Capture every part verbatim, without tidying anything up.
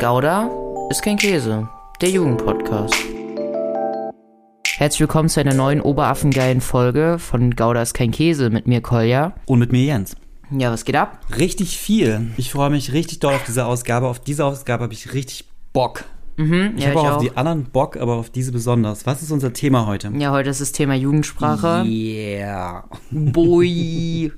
Gouda ist kein Käse, der Jugendpodcast. Herzlich willkommen zu einer neuen oberaffengeilen Folge von Gouda ist kein Käse mit mir, Kolja. Und mit mir, Jens. Ja, was geht ab? Richtig viel. Ich freue mich richtig doll auf diese Ausgabe. Auf diese Ausgabe habe ich richtig Bock. Mhm, ich ja, habe auch ich auf auch. die anderen Bock, aber auf diese besonders. Was ist unser Thema heute? Ja, heute ist das Thema Jugendsprache. Yeah. Boy.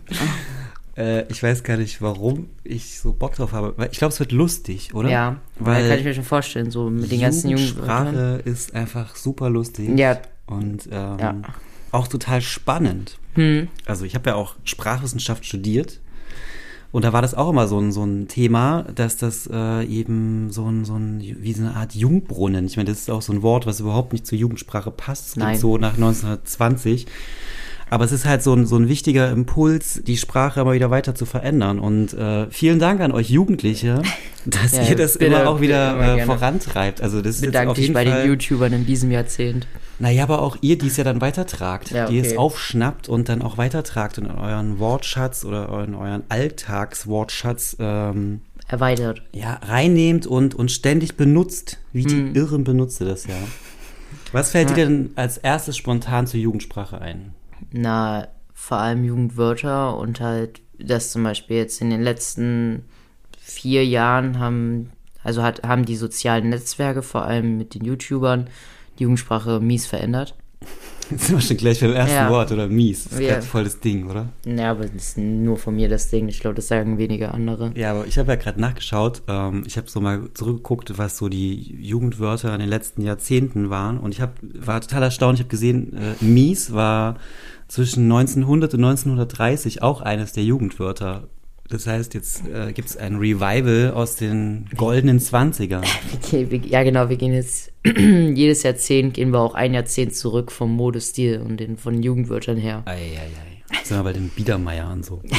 äh, ich weiß gar nicht, warum ich so Bock drauf habe. Weil ich glaube, es wird lustig, oder? Ja, weil kann ich mir schon vorstellen, so mit den ganzen Jugendsprachen. Jugendsprache ist einfach super lustig. Ja. Und ähm, Ja. auch total spannend. Hm. Also ich habe ja auch Sprachwissenschaft studiert. Und da war das auch immer so ein, so ein Thema, dass das äh, eben so ein, so ein, wie so eine Art Jungbrunnen, ich meine, das ist auch so ein Wort, was überhaupt nicht zur Jugendsprache passt. Es gibt Nein. so nach neunzehnhundertzwanzig. Aber es ist halt so ein, so ein wichtiger Impuls, die Sprache immer wieder weiter zu verändern. Und äh, vielen Dank an euch Jugendliche, dass Ja, ihr das bitte, immer auch wieder bitte, immer äh, gerne. vorantreibt. Also das ist jetzt Bedanke auf dich jeden bei Fall, den YouTubern in diesem Jahrzehnt. Naja, aber auch ihr, die es ja dann weitertragt, Ja, die okay. es aufschnappt und dann auch weitertragt und in euren Wortschatz oder in euren Alltagswortschatz ähm, Erweitert. ja, reinnehmt und, und ständig benutzt. Wie die Hm. Irren benutzt ihr das ja. Was fällt Ja. dir denn als erstes spontan zur Jugendsprache ein? Na, vor allem Jugendwörter und halt, das zum Beispiel jetzt in den letzten vier Jahren haben, also hat, haben die sozialen Netzwerke, vor allem mit den YouTubern, die Jugendsprache mies verändert. Jetzt sind wir schon gleich beim ersten Ja. Wort, oder mies. Das ist Ja. gerade voll das Ding, oder? Ja, aber das ist nur von mir das Ding. Ich glaube, das sagen wenige andere. Ja, aber ich habe ja gerade nachgeschaut. Ähm, ich habe so mal zurückgeguckt, was so die Jugendwörter in den letzten Jahrzehnten waren. Und ich hab, war total erstaunt. Ich habe gesehen, äh, mies war zwischen neunzehnhundert und neunzehnhundertdreißig auch eines der Jugendwörter. Das heißt, jetzt äh, gibt es ein Revival aus den goldenen Zwanzigern. Okay, wir, ja, genau, wir gehen jetzt jedes Jahrzehnt gehen wir auch ein Jahrzehnt zurück vom Modestil und den, von Jugendwörtern her. Eieiei. Sind wir bei den Biedermeier und so.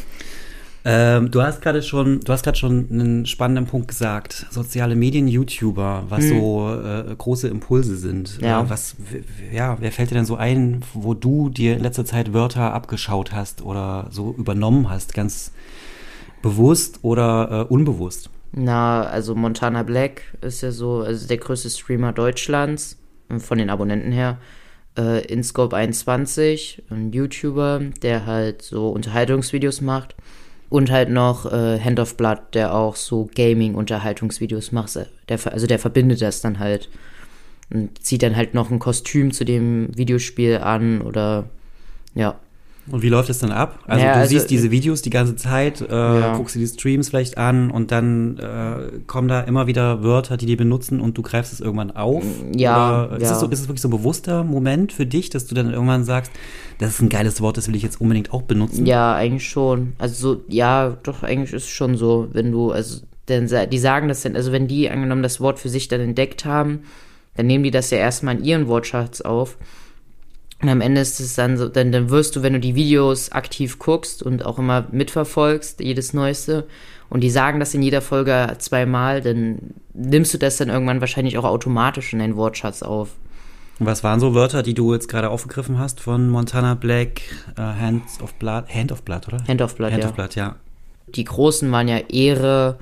ähm, du hast gerade schon, du hast gerade schon einen spannenden Punkt gesagt. Soziale Medien, YouTuber, was Mhm. so äh, große Impulse sind. Ja. Äh, was, w- w- ja, wer fällt dir denn so ein, wo du dir in letzter Zeit Wörter abgeschaut hast oder so übernommen hast, ganz bewusst oder äh, unbewusst? Na, also Montana Black ist ja so, also der größte Streamer Deutschlands, äh, von den Abonnenten her. Äh, InScope einundzwanzig, ein YouTuber, der halt so Unterhaltungsvideos macht. Und halt noch äh, Hand of Blood, der auch so Gaming-Unterhaltungsvideos macht. Der, ver- also der verbindet das dann halt. Und zieht dann halt noch ein Kostüm zu dem Videospiel an oder ja. Und wie läuft es dann ab? Also Ja, du also, siehst diese Videos die ganze Zeit, äh, Ja. guckst dir die Streams vielleicht an und dann äh, kommen da immer wieder Wörter, die die benutzen und du greifst es irgendwann auf? Ja, Oder ist, ja. es so, ist es wirklich so ein bewusster Moment für dich, dass du dann irgendwann sagst, das ist ein geiles Wort, das will ich jetzt unbedingt auch benutzen? Ja, eigentlich schon. Also so, ja, doch, eigentlich ist es schon so, wenn du, also, denn sa- die sagen das dann, also wenn die angenommen das Wort für sich dann entdeckt haben, dann nehmen die das ja erstmal in ihren Wortschatz auf. Und am Ende ist es dann so, dann, dann wirst du, wenn du die Videos aktiv guckst und auch immer mitverfolgst, jedes Neueste, und die sagen das in jeder Folge zweimal, dann nimmst du das dann irgendwann wahrscheinlich auch automatisch in deinen Wortschatz auf. Und was waren so Wörter, die du jetzt gerade aufgegriffen hast von Montana Black, äh, Hand of Blood, Hand of Blood, oder? Hand of Blood, Hand ja. of Blood, ja. Die Großen waren ja Ehre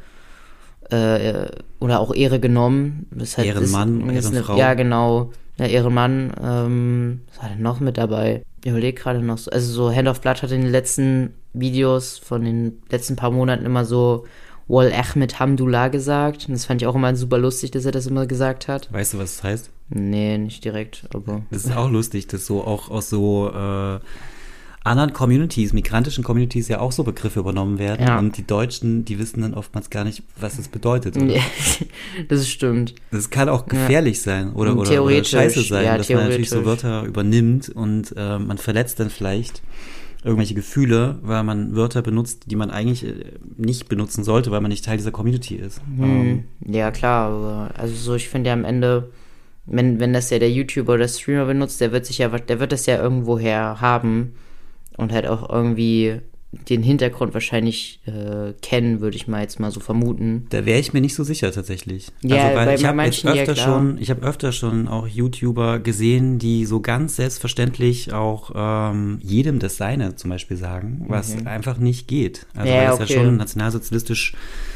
äh, oder auch Ehre genommen. Das heißt, Ehrenmann, ist, ist eine, Ehrenfrau. Ja, genau. Ja, Ehrenmann. Ähm, was war denn noch mit dabei? Ich überlege gerade noch so. Also so Hand of Blood hat in den letzten Videos von den letzten paar Monaten immer so Wal Ahmed Hamdullah gesagt. Und das fand ich auch immer super lustig, dass er das immer gesagt hat. Weißt du, was das heißt? Nee, nicht direkt, aber... Das ist auch lustig, dass so auch aus so äh, anderen Communities, migrantischen Communities ja auch so Begriffe übernommen werden. Ja. Und die Deutschen, die wissen dann oftmals gar nicht, was das bedeutet. Oder? Nee, das stimmt. Das kann auch gefährlich sein oder, oder, oder Theoretisch, scheiße sein, ja, dass man natürlich so theoretisch. Wörter übernimmt und äh, man verletzt dann vielleicht irgendwelche Gefühle, weil man Wörter benutzt, die man eigentlich äh, nicht benutzen sollte, weil man nicht Teil dieser Community ist. Ähm, Hm, ja, klar, aber also so, ich finde ja am Ende, wenn, wenn das ja der YouTuber oder Streamer benutzt, der wird sich ja, der wird das ja irgendwoher haben und halt auch irgendwie den Hintergrund wahrscheinlich äh, kennen, würde ich mal jetzt mal so vermuten. Da wäre ich mir nicht so sicher tatsächlich. Ja, also, weil bei ich habe manchen, jetzt ja, öfter klar. schon, ich habe öfter schon auch YouTuber gesehen, die so ganz selbstverständlich auch ähm, jedem das Seine zum Beispiel sagen, was Mhm. einfach nicht geht. Also Ja, weil es okay. ja schon nationalsozialistisch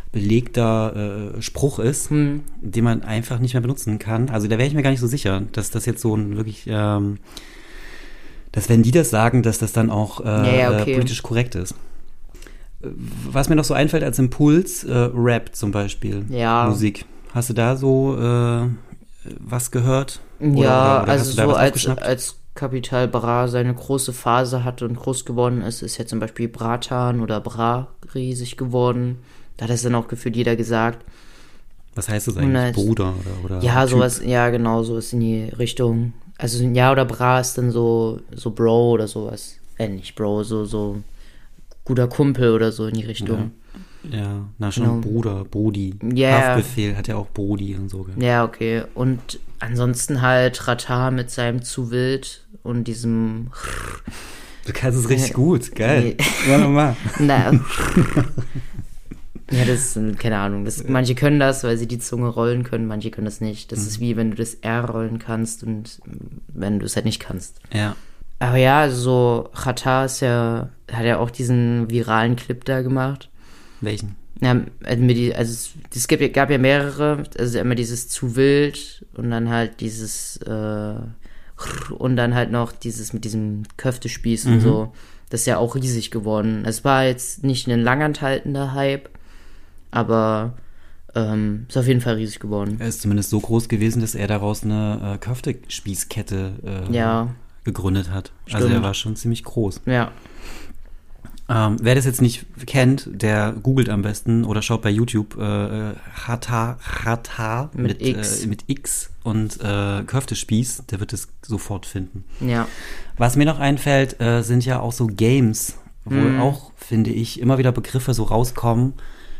belegter äh, Spruch ist, Hm. den man einfach nicht mehr benutzen kann. Also da wäre ich mir gar nicht so sicher, dass das jetzt so ein wirklich, ähm, dass wenn die das sagen, dass das dann auch äh, Ja, ja, okay. äh, politisch korrekt ist. Äh, Was mir noch so einfällt als Impuls, äh, Rap zum Beispiel, Ja. Musik. Hast du da so äh, was gehört? Oder, Ja, oder, oder also hast du da so was als, aufgeschnappt? als Capital Bra seine große Phase hatte und groß geworden ist, ist ja zum Beispiel Bratan oder Bra riesig geworden. Da hat es dann auch gefühlt jeder gesagt. Was heißt das Und eigentlich? als- Bruder oder, oder Ja, Typ? sowas, ja, genau, so ist in die Richtung. Also ein Ja oder Bra ist dann so, so Bro oder sowas. Äh, nicht Bro, so, so guter Kumpel oder so in die Richtung. Ja, na schon Genau. Bruder, Brudi. Ja. Haftbefehl hat ja auch Brudi und so. gell? Ja, okay. Und ansonsten halt Rata mit seinem Zu wild und diesem. Du kannst es richtig gut, geil. Nee. Ja, nochmal. Na. Ja, das ist, keine Ahnung. Das, manche können das, weil sie die Zunge rollen können, manche können das nicht. Das ist wie wenn du das R rollen kannst und wenn du es halt nicht kannst. Ja. Aber ja, so Rata ist ja, hat ja auch diesen viralen Clip da gemacht. Welchen? Ja, also mir die- also es, es gibt, gab ja mehrere, also immer dieses zu wild und dann halt dieses äh, und dann halt noch dieses mit diesem Köftespieß und Mhm. so. Das ist ja auch riesig geworden. Es war jetzt nicht ein langanhaltender Hype, aber ähm, ist auf jeden Fall riesig geworden. Er ist zumindest so groß gewesen, dass er daraus eine äh, Köftespießkette äh, Ja. gegründet hat. Also Stimmt. er war schon ziemlich groß. Ja, Ähm, wer das jetzt nicht kennt, der googelt am besten oder schaut bei YouTube äh, Hata, Hata Mit X. Äh, mit X und äh, Köftespieß, der wird es sofort finden. ja, Was mir noch einfällt, äh, sind ja auch so Games, wo Mhm. auch, finde ich, immer wieder Begriffe so rauskommen,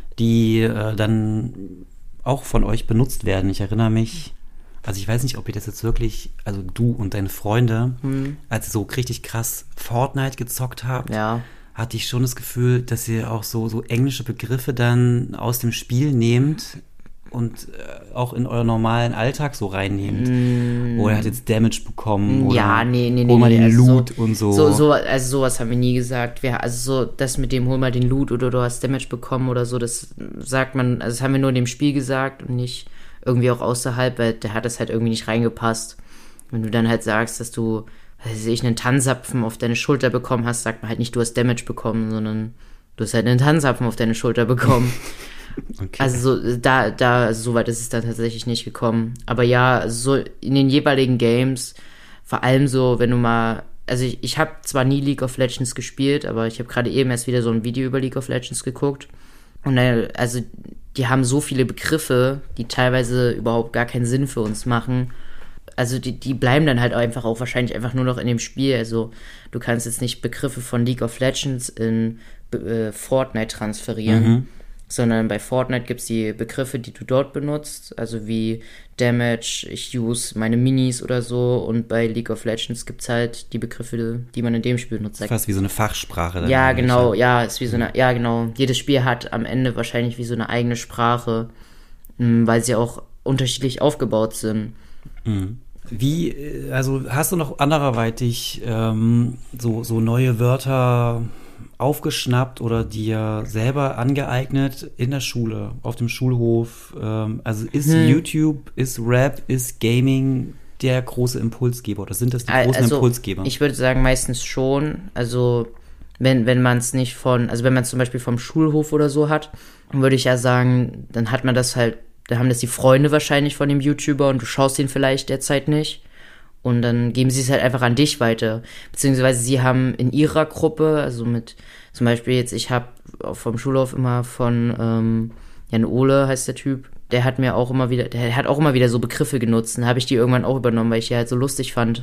die äh, dann auch von euch benutzt werden. Ich erinnere mich, also ich weiß nicht, ob ihr das jetzt wirklich, also du und deine Freunde, Mhm. als ihr so richtig krass Fortnite gezockt habt, ja. hatte ich schon das Gefühl, dass ihr auch so, so englische Begriffe dann aus dem Spiel nehmt und äh, auch in euren normalen Alltag so reinnehmt. Oder er hat jetzt Damage bekommen. Oder Mm. Ja, nee, nee, nee. hol mal nee, den also Loot so, und so. So, so. Also sowas haben wir nie gesagt. Wir, also so, das mit dem hol mal den Loot oder du hast Damage bekommen oder so, das sagt man, also das haben wir nur in dem Spiel gesagt und nicht irgendwie auch außerhalb, weil der hat das halt irgendwie nicht reingepasst. Wenn du dann halt sagst, dass du, weiß ich, einen Tannenzapfen auf deine Schulter bekommen hast, sagt man halt nicht, du hast Damage bekommen, sondern du hast halt einen Tannenzapfen auf deine Schulter bekommen. Okay. Also so, da, da, also so weit ist es dann tatsächlich nicht gekommen. Aber ja, so in den jeweiligen Games, vor allem so, wenn du mal, also ich, ich habe zwar nie League of Legends gespielt, aber ich habe gerade eben erst wieder so ein Video über League of Legends geguckt. Und dann, also die haben so viele Begriffe, die teilweise überhaupt gar keinen Sinn für uns machen. Also die, die bleiben dann halt einfach auch wahrscheinlich einfach nur noch in dem Spiel. Also du kannst jetzt nicht Begriffe von League of Legends in äh, Fortnite transferieren, Mhm. sondern bei Fortnite gibt es die Begriffe, die du dort benutzt, also wie Damage, ich use meine Minis oder so, und bei League of Legends gibt es halt die Begriffe, die man in dem Spiel nutzt. Fast wie so eine Fachsprache. dann Ja, eigentlich, genau, ja. ja, ist wie so eine, ja, genau. Jedes Spiel hat am Ende wahrscheinlich wie so eine eigene Sprache, mh, weil sie auch unterschiedlich aufgebaut sind. Mhm. Wie, äh, also hast du noch anderweitig ähm, so, so neue Wörter aufgeschnappt oder dir selber angeeignet in der Schule, auf dem Schulhof? Ähm, also ist Hm. YouTube, ist Rap, ist Gaming der große Impulsgeber oder sind das die großen Also, Impulsgeber? ich würde sagen, meistens schon. Also, wenn, wenn man es nicht von, also wenn man es zum Beispiel vom Schulhof oder so hat, dann würde ich ja sagen, dann hat man das halt, da haben das die Freunde wahrscheinlich von dem YouTuber und du schaust ihn vielleicht derzeit nicht. Und dann geben sie es halt einfach an dich weiter. Beziehungsweise sie haben in ihrer Gruppe, also mit, zum Beispiel jetzt, ich habe vom Schulhof immer von ähm, Jan Ole, heißt der Typ, der hat mir auch immer wieder, der hat auch immer wieder so Begriffe genutzt. Dann habe ich die irgendwann auch übernommen, weil ich die halt so lustig fand.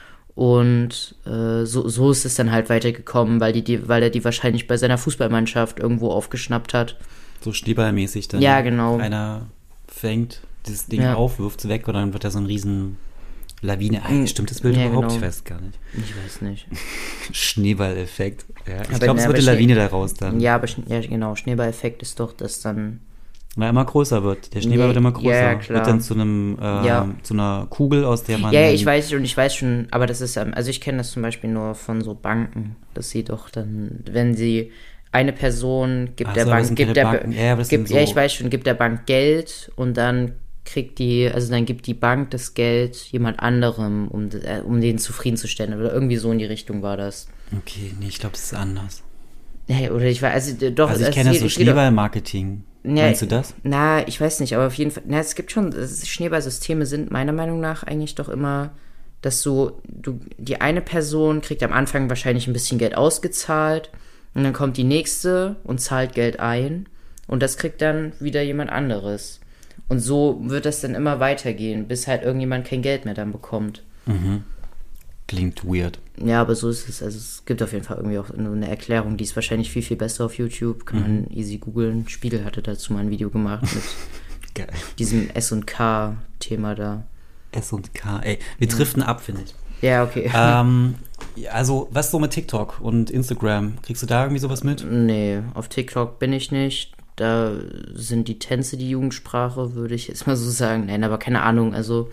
Und äh, so, so ist es dann halt weitergekommen, weil, die, die, weil er die wahrscheinlich bei seiner Fußballmannschaft irgendwo aufgeschnappt hat. So schneeballmäßig dann. Ja, genau. Einer fängt dieses Ding Ja. auf, wirft es weg und dann wird da so ein riesen Lawine. Ey, stimmt das Bild Ja, überhaupt? genau. Ich weiß es gar nicht. Ich weiß nicht. Schneeballeffekt. Ja, ich Aber- glaube, es aber wird eine Schnee- Lawine daraus dann. Ja, aber Schne- ja, genau, Schneeball-Effekt ist doch, dass dann. Weil er immer größer wird. Der Schneeball Nee, wird immer größer. ja, klar. Wird dann zu einem äh, Ja. zu einer Kugel, aus der man. Ja, ja, ich weiß und ich weiß schon, aber das ist, ähm, also ich kenne das zum Beispiel nur von so Banken, dass sie doch dann, wenn sie eine Person gibt Ach der so, aber das Bank, sind gibt der, keine Banken. Ja, aber das gibt, sind ja, so- ich weiß schon, gibt der Bank Geld und dann kriegt die, also dann gibt die Bank das Geld jemand anderem, um, äh, um den zufriedenzustellen. Oder irgendwie so in die Richtung war das. Okay, nee, ich glaube, das ist anders. Nee, oder ich weiß, also äh, doch. Also ich es kenne das geht- so es geht doch- Schneeball-Marketing. Ja, Meinst du das? Na, ich weiß nicht, aber auf jeden Fall, na, es gibt schon, es- Schneeballsysteme sind meiner Meinung nach eigentlich doch immer, dass so, du, die eine Person kriegt am Anfang wahrscheinlich ein bisschen Geld ausgezahlt und dann kommt die nächste und zahlt Geld ein und das kriegt dann wieder jemand anderes. Und so wird das dann immer weitergehen, bis halt irgendjemand kein Geld mehr dann bekommt. Klingt weird. Ja, aber so ist es. Also es gibt auf jeden Fall irgendwie auch eine Erklärung, die ist wahrscheinlich viel, viel besser auf YouTube. Kann man easy googeln. Spiegel hatte dazu mal ein Video gemacht mit Geil. diesem S und K-Thema da. S und K. Ey, wir driften ab, finde ich. Ja, okay. ähm, ja, also, was so mit TikTok und Instagram? Kriegst du da irgendwie sowas mit? Nee, auf TikTok bin ich nicht. Da sind die Tänze die Jugendsprache, würde ich jetzt mal so sagen. Nein, aber keine Ahnung. Also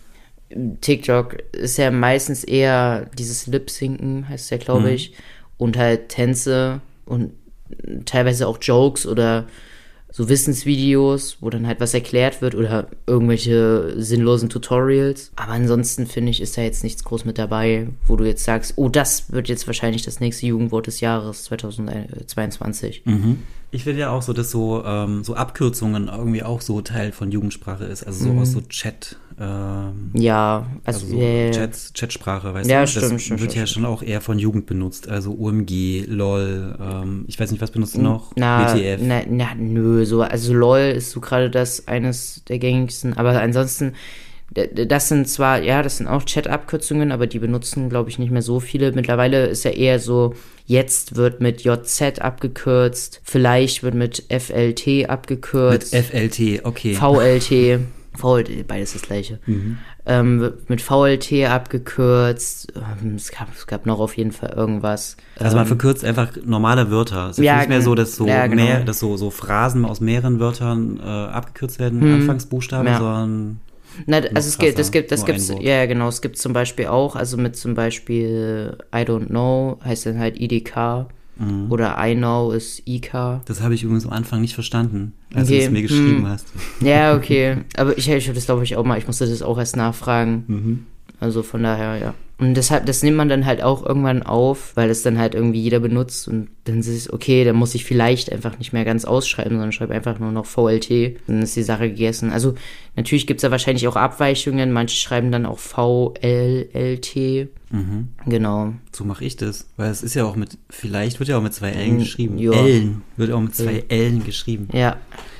TikTok ist ja meistens eher dieses Lip-Sinken, heißt ja, glaube ich. Und halt Tänze und teilweise auch Jokes oder so Wissensvideos, wo dann halt was erklärt wird oder irgendwelche sinnlosen Tutorials. Aber ansonsten finde ich, ist da jetzt nichts groß mit dabei, wo du jetzt sagst, oh, das wird jetzt wahrscheinlich das nächste Jugendwort des Jahres zweitausendzweiundzwanzig. Ich finde ja auch so, dass so, ähm, so Abkürzungen irgendwie auch so Teil von Jugendsprache ist. Also so aus so Chat. Ähm, Ja, also, also so äh, Chats, Chatsprache, weißt Ja, du? stimmt, das stimmt, wird stimmt, ja schon auch eher von Jugend benutzt. Also O M G, LOL, ähm, ich weiß nicht, was benutzt du noch? Na, W T F. na, na, nö, so, also LOL ist so gerade das eines der gängigsten, aber ansonsten, d- d- das sind zwar, ja, das sind auch Chat-Abkürzungen, aber die benutzen, glaube ich, nicht mehr so viele. Mittlerweile ist ja eher so, jetzt wird mit J Z abgekürzt, vielleicht wird mit F L T Mit abgekürzt, F L T, okay. V L T, V L T, beides das gleiche. Ähm, wird mit V L T abgekürzt, ähm, es gab, es gab noch auf jeden Fall irgendwas. Also man verkürzt einfach normale Wörter. Es ist Ja, nicht mehr so, dass so ja, genau. mehr, dass so, so Phrasen aus mehreren Wörtern äh, abgekürzt werden, Anfangsbuchstaben, Ja. sondern Na, also es gibt, krasser, es gibt, das nur ein gibt's, Wort. ja genau, es gibt zum Beispiel auch, also mit zum Beispiel I don't know heißt dann halt I D K Mhm. oder I know ist I K. das habe ich übrigens am Anfang nicht verstanden, als Okay, du es mir geschrieben hm. hast. Ja, okay, aber ich, ich habe das glaube ich auch mal, ich musste das auch erst nachfragen, Mhm. also von daher, ja. Und deshalb, das nimmt man dann halt auch irgendwann auf, weil das dann halt irgendwie jeder benutzt und dann ist es, okay, dann muss ich vielleicht einfach nicht mehr ganz ausschreiben, sondern schreibe einfach nur noch V L T, dann ist die Sache gegessen. Also natürlich gibt's da wahrscheinlich auch Abweichungen, manche schreiben dann auch V L L T, Mhm. genau. So mache ich das, weil es ist ja auch mit, vielleicht wird ja auch mit zwei L'n Mm, geschrieben. ja. L'n wird auch mit zwei L'n geschrieben. Ja,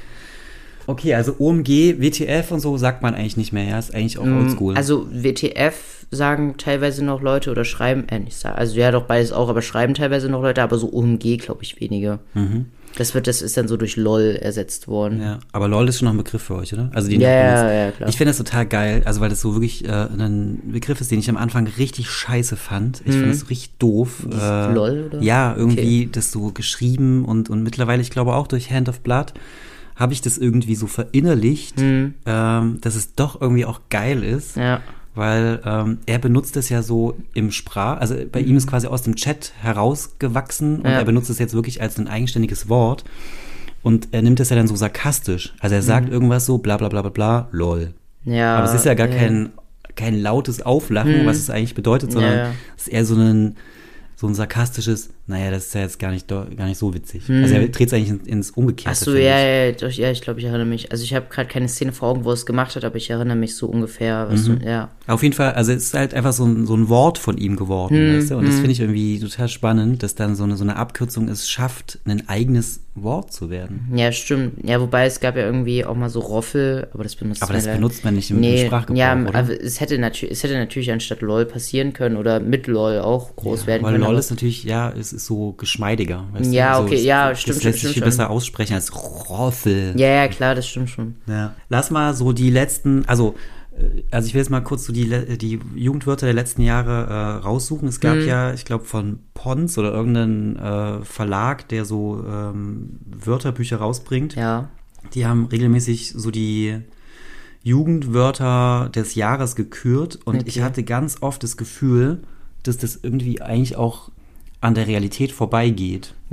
Okay, also O M G, W T F und so sagt man eigentlich nicht mehr, ja, ist eigentlich auch oldschool. also W T F sagen teilweise noch Leute oder schreiben, äh, nicht sagen, also ja doch beides auch, aber schreiben teilweise noch Leute, aber so O M G glaube ich weniger. Mhm. Das wird, das ist dann so durch LOL ersetzt worden. Ja, aber LOL ist schon noch ein Begriff für euch, oder? Also den Ja, ihr ja, benutzt. ja, klar. Ich finde das total geil, also weil das so wirklich äh, ein Begriff ist, den ich am Anfang richtig scheiße fand. Ich fand das so richtig doof. Äh, LOL, oder? Ja, irgendwie das so geschrieben und, und mittlerweile, ich glaube auch durch Hand of Blood, habe ich das irgendwie so verinnerlicht, ähm, dass es doch irgendwie auch geil ist. Ja. Weil ähm, er benutzt es ja so im Sprach, also bei ihm ist quasi aus dem Chat herausgewachsen und Ja. er benutzt es jetzt wirklich als ein eigenständiges Wort und er nimmt es ja dann so sarkastisch. Also er sagt irgendwas so bla bla bla bla bla, lol. Ja. Aber es ist ja gar kein, kein lautes Auflachen, was es eigentlich bedeutet, sondern Ja, ja. es ist eher so ein, so ein sarkastisches, naja, das ist ja jetzt gar nicht, do- gar nicht so witzig. Also er dreht es eigentlich in, ins Umgekehrte. Ach so, finde ja, ich. ja, doch, ja, ich glaube, ich erinnere mich. Also ich habe gerade keine Szene vor Augen, wo er es gemacht hat, aber ich erinnere mich so ungefähr, was Mhm. du, ja. Auf jeden Fall, also es ist halt einfach so ein, so ein Wort von ihm geworden, weißt du? Und das finde ich irgendwie total spannend, dass dann so eine, so eine Abkürzung es schafft, ein eigenes Wort zu werden. Ja, stimmt. Ja, wobei es gab ja irgendwie auch mal so Roffel, aber das benutzt Aber man das ja- benutzt man nicht im, nee, im Sprachgebrauch, ja, oder? aber es hätte natürlich, es hätte natürlich anstatt LOL passieren können oder mit LOL auch groß werden Weil können. LOL aber- ist natürlich, ja, es ist so geschmeidiger, weißt Ja, du? okay, es, ja, es stimmt, lässt stimmt, sich stimmt viel schon. besser aussprechen als Roffel. Ja, ja, klar, das stimmt schon. Ja. Lass mal so die letzten, also, äh, also ich will jetzt mal kurz so die, le- die Jugendwörter der letzten Jahre äh, raussuchen. Es gab ja, ich glaube, von Pons oder irgendeinen äh, Verlag, der so ähm, Wörterbücher rausbringt. Ja. Die haben regelmäßig so die Jugendwörter des Jahres gekürt und Okay. ich hatte ganz oft das Gefühl, dass das irgendwie eigentlich auch an der Realität vorbeigeht.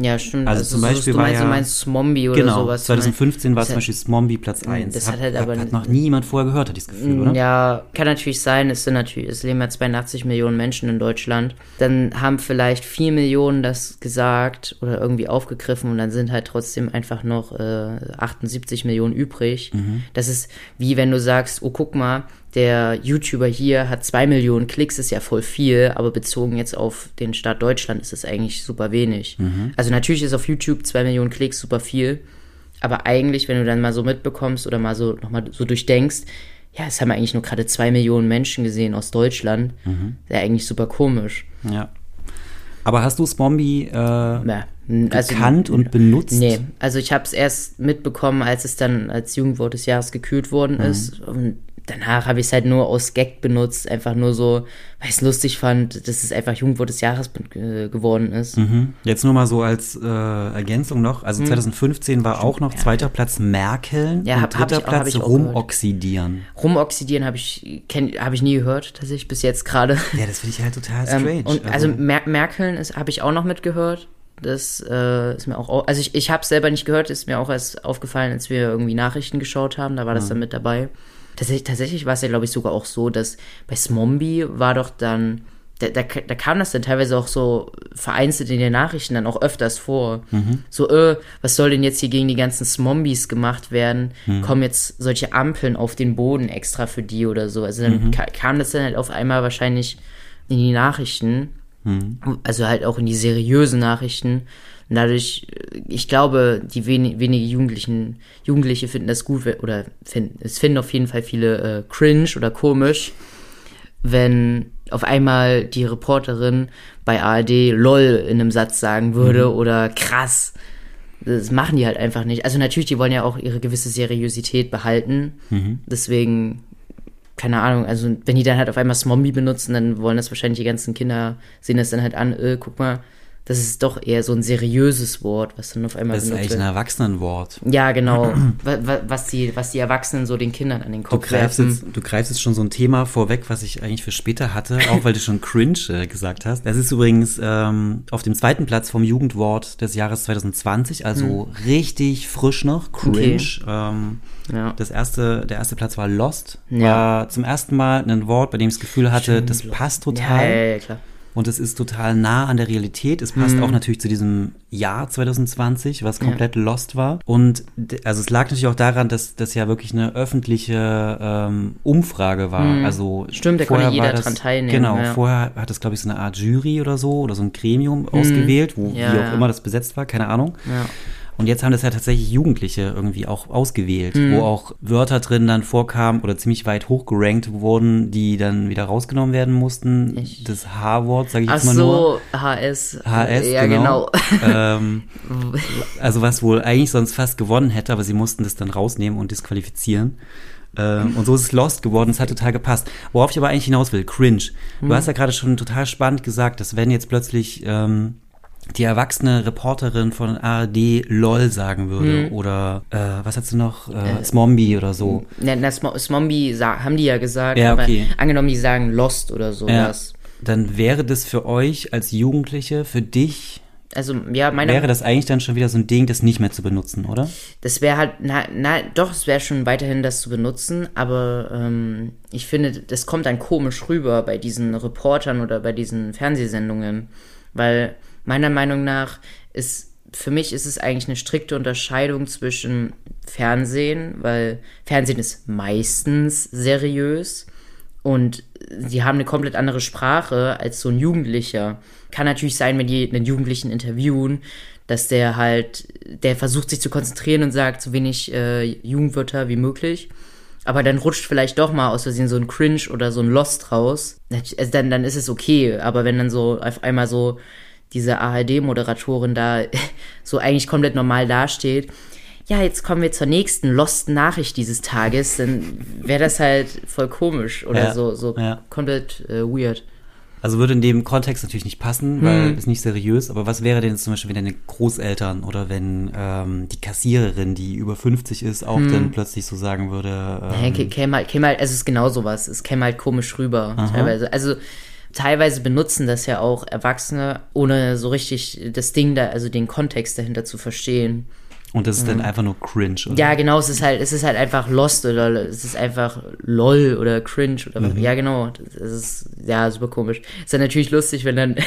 Ja, stimmt. Also, also zum so, Beispiel du war meinst, ja, du meinst Smombi oder genau, sowas. zwanzig fünfzehn war das zum hat- Beispiel Smombi Platz eins. das hat, hat halt hat, aber hat nicht- noch niemand vorher gehört, hat dieses Gefühl, oder? Ja, kann natürlich sein. Es sind natürlich, es leben ja zweiundachtzig Millionen Menschen in Deutschland. Dann haben vielleicht vier Millionen das gesagt oder irgendwie aufgegriffen und dann sind halt trotzdem einfach noch äh, achtundsiebzig Millionen übrig. Mhm. Das ist wie wenn du sagst, oh guck mal, der YouTuber hier hat zwei Millionen Klicks, ist ja voll viel, aber bezogen jetzt auf den Staat Deutschland ist es eigentlich super wenig. Mhm. Also natürlich ist auf YouTube zwei Millionen Klicks super viel, aber eigentlich, wenn du dann mal so mitbekommst oder mal so nochmal so durchdenkst, ja, es haben eigentlich nur gerade zwei Millionen Menschen gesehen aus Deutschland, Mhm. ist ja eigentlich super komisch. Ja. Aber hast du Smombi äh, Ja, also, gekannt und benutzt? Nee, also ich habe es erst mitbekommen, als es dann als Jugendwort des Jahres gekürt worden Mhm. ist und danach habe ich es halt nur aus Gag benutzt, einfach nur so, weil ich es lustig fand, dass es einfach Jugendwort des Jahres äh, geworden ist. Mhm. Jetzt nur mal so als äh, Ergänzung noch, also zwanzig fünfzehn war auch noch zweiter Platz Merkeln Ja, und hab- hab dritter ich auch- hab Platz ich auch Rumoxidieren. Rumoxidieren habe ich kenn, habe ich nie gehört, tatsächlich bis jetzt gerade. Ja, das finde ich halt total strange. Ähm, und also Mer Merkeln ist habe ich auch noch mitgehört. Das äh, ist mir auch, au- also ich, ich habe es selber nicht gehört, ist mir auch erst aufgefallen, als wir irgendwie Nachrichten geschaut haben, da war das dann mit dabei. Tatsächlich, tatsächlich war es ja, glaube ich, sogar auch so, dass bei Smombi war doch dann, da, da, da kam das dann teilweise auch so vereinzelt in den Nachrichten dann auch öfters vor. So, äh, was soll denn jetzt hier gegen die ganzen Smombis gemacht werden? Kommen jetzt solche Ampeln auf den Boden extra für die oder so. Also dann ka kam das dann halt auf einmal wahrscheinlich in die Nachrichten. Also halt auch in die seriösen Nachrichten. Und dadurch, ich glaube, die wen wenige Jugendlichen, Jugendliche finden das gut, oder finden, es finden auf jeden Fall viele äh, cringe oder komisch, wenn auf einmal die Reporterin bei A R D LOL in einem Satz sagen würde mhm. oder krass. Das machen die halt einfach nicht. Also natürlich, die wollen ja auch ihre gewisse Seriosität behalten. Mhm. Deswegen, keine Ahnung, also wenn die dann halt auf einmal Smombi benutzen, dann wollen das wahrscheinlich die ganzen Kinder, sehen das dann halt an, äh, guck mal, das ist doch eher so ein seriöses Wort, was dann auf einmal das ist benutzt eigentlich wird. ein Erwachsenenwort. Ja, genau. was, die, was die Erwachsenen so den Kindern an den Kopf du greifst werfen. Jetzt, du greifst jetzt schon so ein Thema vorweg, was ich eigentlich für später hatte, auch weil du schon cringe äh, gesagt hast. Das ist übrigens ähm, auf dem zweiten Platz vom Jugendwort des Jahres zwanzig zwanzig, also hm. richtig frisch noch, cringe. Okay. Ähm, ja. Das erste, der erste Platz war Lost, ja. war zum ersten Mal ein Wort, bei dem ich das Gefühl hatte, Stimmt, das passt total. Ja, ja, ja, klar. Und es ist total nah an der Realität. Es passt mhm. auch natürlich zu diesem Jahr zwanzig zwanzig, was komplett ja. lost war. Und also es lag natürlich auch daran, dass das ja wirklich eine öffentliche ähm, Umfrage war. Mhm. Also Stimmt, da konnte jeder das, dran teilnehmen. Genau, ja. vorher hat es, glaube ich, so eine Art Jury oder so oder so ein Gremium mhm. ausgewählt, wo ja, wie auch ja. immer das besetzt war, keine Ahnung. Ja. Und jetzt haben das ja tatsächlich Jugendliche irgendwie auch ausgewählt, mhm. wo auch Wörter drin dann vorkamen oder ziemlich weit hochgerankt wurden, die dann wieder rausgenommen werden mussten. Echt? Das H-Wort, sage ich Ach jetzt mal so, nur. H S. H S, ja, genau. genau. ähm, also was wohl eigentlich sonst fast gewonnen hätte, aber sie mussten das dann rausnehmen und disqualifizieren. Ähm, und so ist es Lost geworden, es hat total gepasst. Worauf ich aber eigentlich hinaus will, cringe. Du mhm. hast ja gerade schon total spannend gesagt, dass wenn jetzt plötzlich ähm, die erwachsene Reporterin von A R D LOL sagen würde hm. oder äh, was hast du noch? Äh, äh, Smombi oder so. Na, na Sm Smombi haben die ja gesagt, ja, okay. aber angenommen, die sagen Lost oder sowas. Ja, dann wäre das für euch als Jugendliche, für dich, also ja, meiner wäre das eigentlich dann schon wieder so ein Ding, das nicht mehr zu benutzen, oder? Das wäre halt, na, na, doch, es wäre schon weiterhin das zu benutzen, aber ähm, ich finde, das kommt dann komisch rüber bei diesen Reportern oder bei diesen Fernsehsendungen, weil meiner Meinung nach ist, für mich ist es eigentlich eine strikte Unterscheidung zwischen Fernsehen, weil Fernsehen ist meistens seriös und die haben eine komplett andere Sprache als so ein Jugendlicher. Kann natürlich sein, wenn die einen Jugendlichen interviewen, dass der halt, der versucht sich zu konzentrieren und sagt so wenig äh, Jugendwörter wie möglich. Aber dann rutscht vielleicht doch mal aus Versehen so ein Cringe oder so ein Lost raus. Also dann, dann ist es okay. Aber wenn dann so auf einmal so diese A R D-Moderatorin da so eigentlich komplett normal dasteht, ja, jetzt kommen wir zur nächsten Lost-Nachricht dieses Tages, dann wäre das halt voll komisch oder ja, so, so ja. komplett äh, weird. Also würde in dem Kontext natürlich nicht passen, weil hm. ist nicht seriös, aber was wäre denn jetzt zum Beispiel, wenn deine Großeltern oder wenn ähm, die Kassiererin, die über fünfzig ist, auch hm. dann plötzlich so sagen würde? Ähm, ja, käme halt, käme halt, also es ist genau sowas, es käme halt komisch rüber Aha. teilweise. Also teilweise benutzen das ja auch Erwachsene, ohne so richtig das Ding da, also den Kontext dahinter zu verstehen. Und das ist mhm. dann einfach nur cringe, oder? Ja, genau, es ist halt, es ist halt einfach lost oder es ist einfach lol oder cringe oder mhm. ja, genau. Das ist ja super komisch. Ist dann natürlich lustig, wenn dann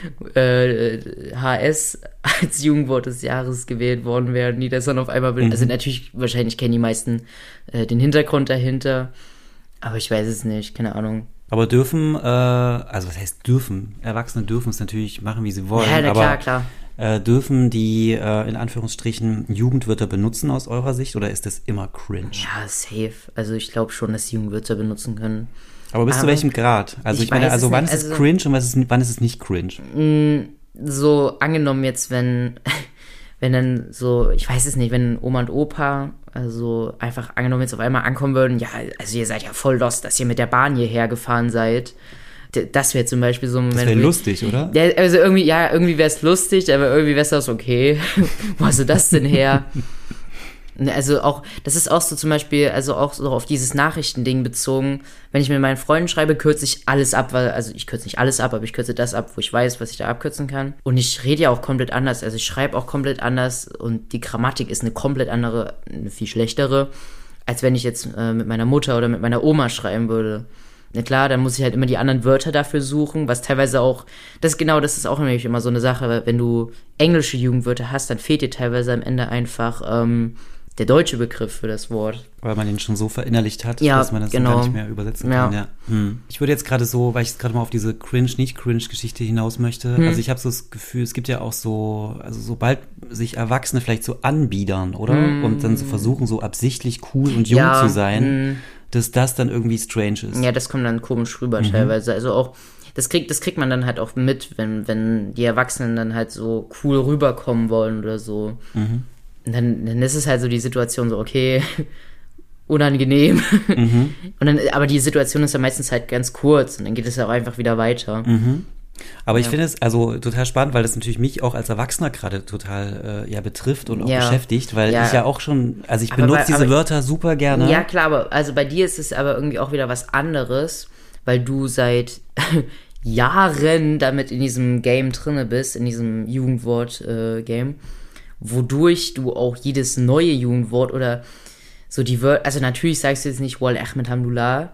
äh, H S als Jugendwort des Jahres gewählt worden wäre, die das dann auf einmal will. Mhm. Also natürlich, wahrscheinlich kennen die meisten äh, den Hintergrund dahinter, aber ich weiß es nicht, keine Ahnung. Aber dürfen, äh, also was heißt dürfen? Erwachsene dürfen es natürlich machen, wie sie wollen. Ja, na, aber klar, klar. Äh, dürfen die, äh, in Anführungsstrichen, Jugendwörter benutzen aus eurer Sicht oder ist das immer cringe? Ja, safe. Also ich glaube schon, dass die Jugendwörter benutzen können. Aber bis Aber zu welchem Grad? Also ich, ich meine, also wann ist es also, cringe und was ist, wann ist es nicht cringe? Mh, so angenommen jetzt, wenn, wenn dann so, ich weiß es nicht, wenn Oma und Opa, also einfach angenommen jetzt auf einmal ankommen würden, ja, also ihr seid ja voll lost, dass ihr mit der Bahn hierher gefahren seid. Das wäre zum Beispiel so ein Moment. Das wäre lustig, oder? Ja, also irgendwie, ja, irgendwie wäre es lustig, aber irgendwie wäre es auch so, okay, wo hast du das denn her? Also auch, das ist auch so zum Beispiel, also auch so auf dieses Nachrichtending bezogen, wenn ich mit meinen Freunden schreibe, kürze ich alles ab, weil, also ich kürze nicht alles ab, aber ich kürze das ab, wo ich weiß, was ich da abkürzen kann. Und ich rede ja auch komplett anders, also ich schreibe auch komplett anders und die Grammatik ist eine komplett andere, eine viel schlechtere, als wenn ich jetzt äh, mit meiner Mutter oder mit meiner Oma schreiben würde. Na klar, dann muss ich halt immer die anderen Wörter dafür suchen, was teilweise auch, das genau, das ist auch nämlich immer so eine Sache, wenn du englische Jugendwörter hast, dann fehlt dir teilweise am Ende einfach ähm, der deutsche Begriff für das Wort. Weil man den schon so verinnerlicht hat, ja, dass man das genau. gar nicht mehr übersetzen ja. kann. Ja. Hm. Ich würde jetzt gerade so, weil ich gerade mal auf diese Cringe-Nicht-Cringe-Geschichte hinaus möchte, hm. also ich habe so das Gefühl, es gibt ja auch so, also sobald sich Erwachsene vielleicht so anbiedern, oder? Hm. Und dann so versuchen, so absichtlich cool und jung ja. zu sein, hm. dass das dann irgendwie strange ist. Ja, das kommt dann komisch rüber mhm. teilweise. Also auch, das kriegt, das kriegt man dann halt auch mit, wenn, wenn die Erwachsenen dann halt so cool rüberkommen wollen oder so. Mhm. Und dann, dann ist es halt so die Situation so, okay, unangenehm. Mhm. Und dann, aber die Situation ist ja meistens halt ganz kurz und dann geht es auch einfach wieder weiter. Mhm. Aber ja. ich finde es also total spannend, weil das natürlich mich auch als Erwachsener gerade total äh, ja betrifft und auch ja. beschäftigt, weil ja. ich ja auch schon, also ich aber benutze bei, diese aber, Wörter super gerne. Ja klar, aber also bei dir ist es aber irgendwie auch wieder was anderes, weil du seit Jahren damit in diesem Game drinne bist, in diesem Jugendwort-Game, äh, wodurch du auch jedes neue Jugendwort oder so die Wörter, also natürlich sagst du jetzt nicht Wal Ahmed Hamdullah,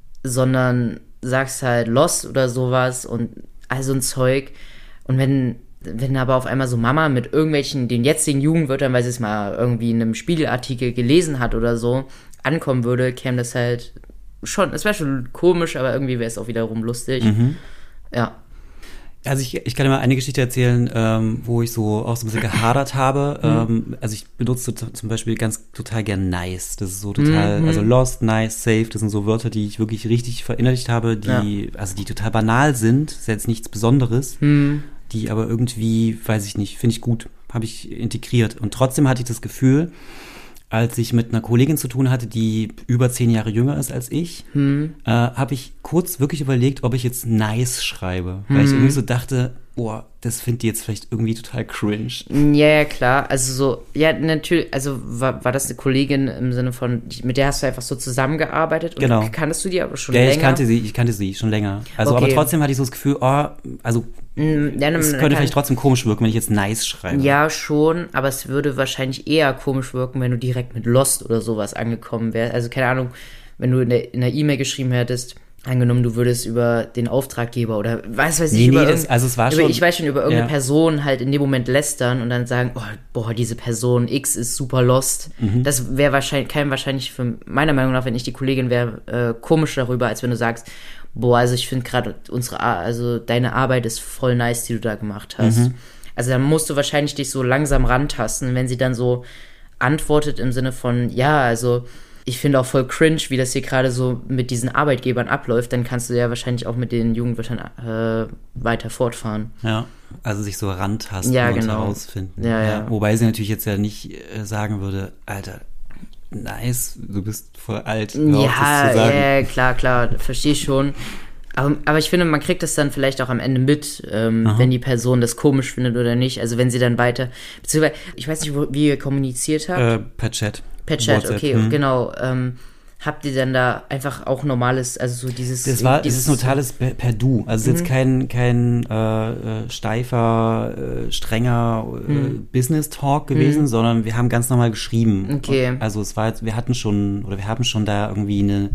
sondern sagst halt Lost oder sowas und also ein Zeug. Und wenn, wenn aber auf einmal so Mama mit irgendwelchen, den jetzigen Jugendwörtern, weil sie es mal irgendwie in einem Spiegelartikel gelesen hat oder so, ankommen würde, käme das halt schon, es wäre schon komisch, aber irgendwie wäre es auch wiederum lustig. Mhm. Ja. Also ich, ich kann dir mal eine Geschichte erzählen, ähm, wo ich so auch so ein bisschen gehadert habe. ähm, also ich benutze t- zum Beispiel ganz total gern nice. Das ist so total, mhm. also lost, nice, safe. Das sind so Wörter, die ich wirklich richtig verinnerlicht habe, die, ja. also die total banal sind. Das ist jetzt nichts Besonderes, mhm. die aber irgendwie, weiß ich nicht, finde ich gut, habe ich integriert. Und trotzdem hatte ich das Gefühl, als ich mit einer Kollegin zu tun hatte, die über zehn Jahre jünger ist als ich, hm. äh, habe ich kurz wirklich überlegt, ob ich jetzt nice schreibe. Hm. Weil ich irgendwie so dachte, oh, das findet die jetzt vielleicht irgendwie total cringe. Ja, ja, klar. Also so, ja, natürlich, also war, war das eine Kollegin im Sinne von, mit der hast du einfach so zusammengearbeitet? Und genau. Kanntest du die aber schon ja, länger? Ja, ich kannte sie, ich kannte sie schon länger. Also, okay. aber trotzdem hatte ich so das Gefühl, oh, also mm, ja, es könnte kann, vielleicht trotzdem komisch wirken, wenn ich jetzt nice schreibe. Ja, schon, aber es würde wahrscheinlich eher komisch wirken, wenn du direkt mit Lost oder sowas angekommen wärst. Also, keine Ahnung, wenn du in der, in der E-Mail geschrieben hättest, angenommen, du würdest über den Auftraggeber oder weiß weiß ich nee, über nee, das, also es war über, schon, ich weiß schon über irgendeine ja. Person halt in dem Moment lästern und dann sagen, oh, boah, diese Person X ist super lost. Mhm. Das wäre wahrscheinlich kein wahrscheinlich für meiner Meinung nach, wenn ich die Kollegin wäre, äh, komisch darüber, als wenn du sagst, boah, also ich finde gerade unsere also deine Arbeit ist voll nice, die du da gemacht hast. Mhm. Also dann musst du wahrscheinlich dich so langsam rantasten, wenn sie dann so antwortet im Sinne von, ja, also ich finde auch voll cringe, wie das hier gerade so mit diesen Arbeitgebern abläuft, dann kannst du ja wahrscheinlich auch mit den Jugendwörtern äh, weiter fortfahren. Ja, also sich so rantasten ja, und genau. herausfinden. Ja, ja. Ja, wobei sie natürlich jetzt ja nicht äh, sagen würde, Alter, nice, du bist voll alt. Ja, ja, klar, klar, verstehe ich schon. Aber, aber ich finde, man kriegt das dann vielleicht auch am Ende mit, ähm, wenn die Person das komisch findet oder nicht. Also wenn sie dann weiter, beziehungsweise, ich weiß nicht, wo, wie ihr kommuniziert habt. Äh, per Chat. Per Chat, WhatsApp, okay, hm. genau. Ähm, habt ihr denn da einfach auch normales, also so dieses... Das war, dieses, es ist ein totales per, per Du. Also es ist jetzt kein, kein äh, äh, steifer, äh, strenger äh, Mhm. Business-Talk gewesen, Mhm. sondern wir haben ganz normal geschrieben. Okay. Und also es war jetzt, wir hatten schon, oder wir haben schon da irgendwie eine,